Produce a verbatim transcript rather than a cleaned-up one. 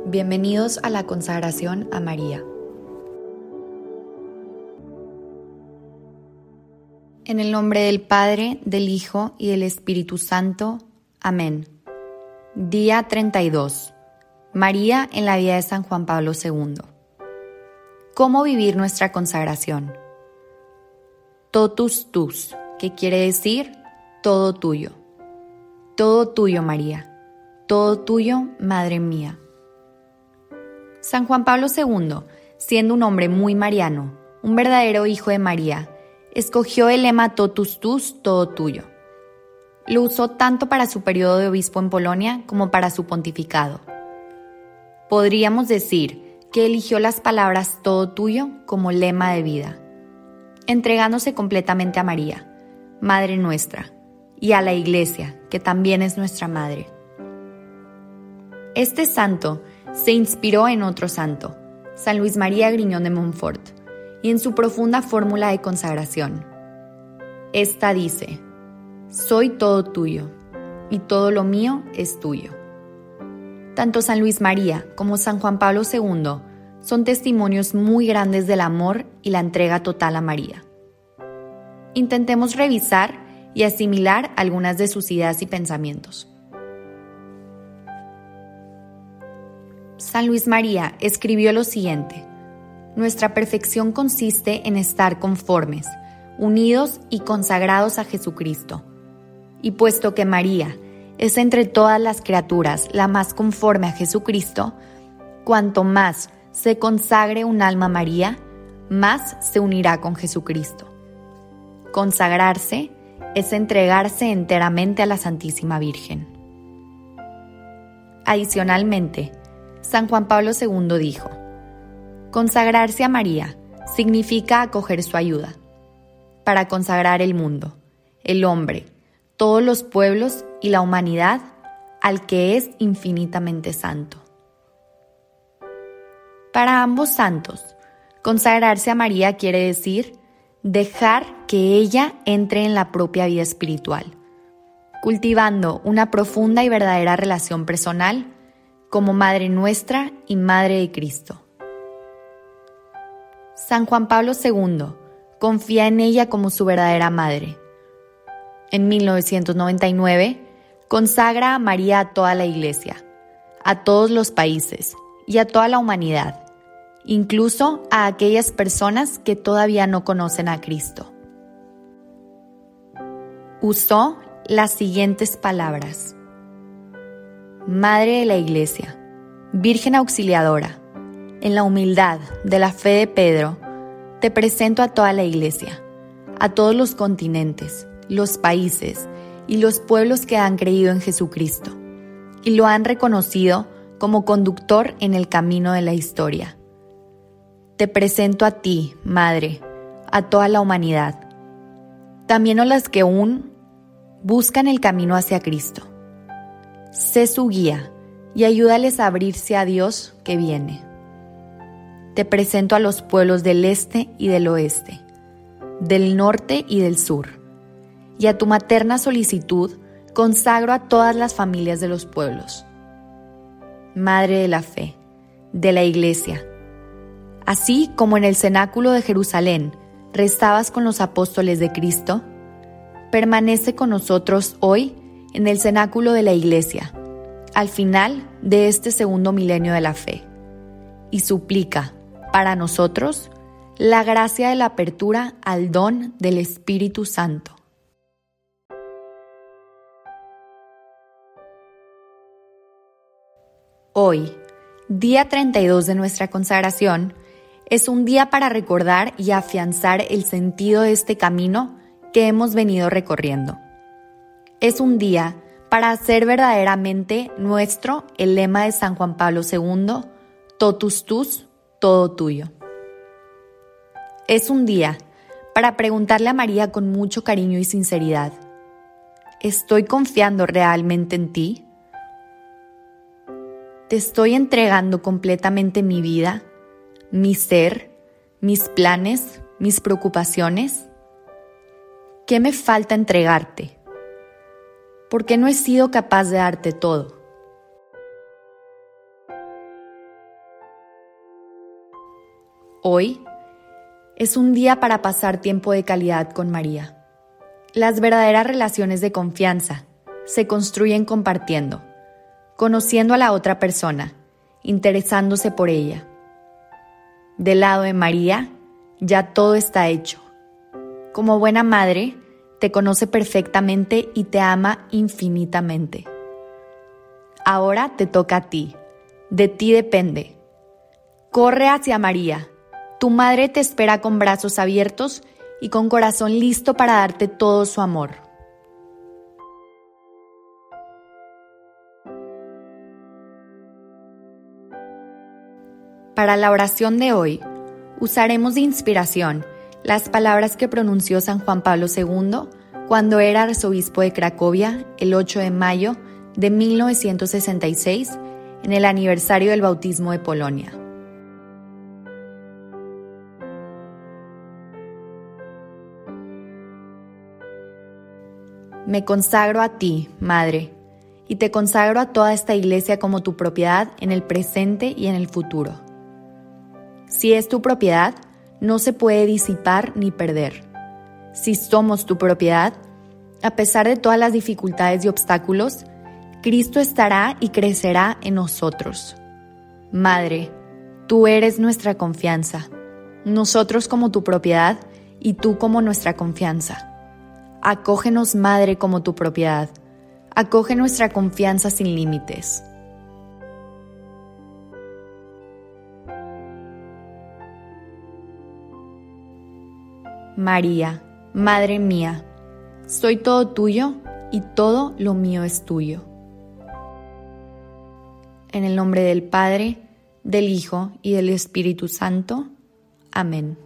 Bienvenidos a la consagración a María. En el nombre del Padre, del Hijo y del Espíritu Santo. Amén. Día treinta y dos. María en la vida de San Juan Pablo segundo. ¿Cómo vivir nuestra consagración? Totus tus, que quiere decir todo tuyo. Todo tuyo, María. Todo tuyo, Madre mía. San Juan Pablo segundo, siendo un hombre muy mariano, un verdadero hijo de María, escogió el lema Totus tus, todo tuyo. Lo usó tanto para su periodo de obispo en Polonia como para su pontificado. Podríamos decir que eligió las palabras todo tuyo como lema de vida, entregándose completamente a María, Madre nuestra, y a la Iglesia, que también es nuestra Madre. Este santo se inspiró en otro santo, San Luis María Griñón de Montfort, y en su profunda fórmula de consagración. Esta dice: soy todo tuyo, y todo lo mío es tuyo. Tanto San Luis María como San Juan Pablo segundo son testimonios muy grandes del amor y la entrega total a María. Intentemos revisar y asimilar algunas de sus ideas y pensamientos. San Luis María escribió lo siguiente: nuestra perfección consiste en estar conformes, unidos y consagrados a Jesucristo. Y puesto que María es entre todas las criaturas la más conforme a Jesucristo, cuanto más se consagre un alma a María, más se unirá con Jesucristo. Consagrarse es entregarse enteramente a la Santísima Virgen. Adicionalmente, San Juan Pablo segundo dijo: consagrarse a María significa acoger su ayuda para consagrar el mundo, el hombre, todos los pueblos y la humanidad al que es infinitamente santo. Para ambos santos, consagrarse a María quiere decir dejar que ella entre en la propia vida espiritual, cultivando una profunda y verdadera relación personal como Madre nuestra y Madre de Cristo. San Juan Pablo segundo confía en ella como su verdadera madre. En mil novecientos noventa y nueve consagra a María a toda la Iglesia, a todos los países y a toda la humanidad, incluso a aquellas personas que todavía no conocen a Cristo. Usó las siguientes palabras: Madre de la Iglesia, Virgen Auxiliadora, en la humildad de la fe de Pedro, te presento a toda la Iglesia, a todos los continentes, los países y los pueblos que han creído en Jesucristo y lo han reconocido como conductor en el camino de la historia. Te presento a ti, Madre, a toda la humanidad, también a las que aún buscan el camino hacia Cristo. Sé su guía y ayúdales a abrirse a Dios que viene. Te presento a los pueblos del este y del oeste, del norte y del sur, y a tu materna solicitud consagro a todas las familias de los pueblos. Madre de la fe, de la Iglesia, así como en el cenáculo de Jerusalén restabas con los apóstoles de Cristo, permanece con nosotros hoy en el cenáculo de la Iglesia, al final de este segundo milenio de la fe, y suplica para nosotros la gracia de la apertura al don del Espíritu Santo. Hoy, día treinta y dos de nuestra consagración, es un día para recordar y afianzar el sentido de este camino que hemos venido recorriendo. Es un día para hacer verdaderamente nuestro el lema de San Juan Pablo segundo, Totus tus, todo tuyo. Es un día para preguntarle a María con mucho cariño y sinceridad: ¿estoy confiando realmente en ti? ¿Te estoy entregando completamente mi vida, mi ser, mis planes, mis preocupaciones? ¿Qué me falta entregarte? ¿Por qué no he sido capaz de darte todo? Hoy es un día para pasar tiempo de calidad con María. Las verdaderas relaciones de confianza se construyen compartiendo, conociendo a la otra persona, interesándose por ella. Del lado de María, ya todo está hecho. Como buena madre, te conoce perfectamente y te ama infinitamente. Ahora te toca a ti. De ti depende. Corre hacia María. Tu madre te espera con brazos abiertos y con corazón listo para darte todo su amor. Para la oración de hoy, usaremos de inspiración las palabras que pronunció San Juan Pablo segundo cuando era arzobispo de Cracovia el ocho de mayo de mil novecientos sesenta y seis, en el aniversario del bautismo de Polonia. Me consagro a ti, Madre, y te consagro a toda esta iglesia como tu propiedad en el presente y en el futuro. Si es tu propiedad, no se puede disipar ni perder. Si somos tu propiedad, a pesar de todas las dificultades y obstáculos, Cristo estará y crecerá en nosotros. Madre, tú eres nuestra confianza, nosotros como tu propiedad y tú como nuestra confianza. Acógenos, Madre, como tu propiedad. Acoge nuestra confianza sin límites. María, Madre mía, soy todo tuyo y todo lo mío es tuyo. En el nombre del Padre, del Hijo y del Espíritu Santo. Amén.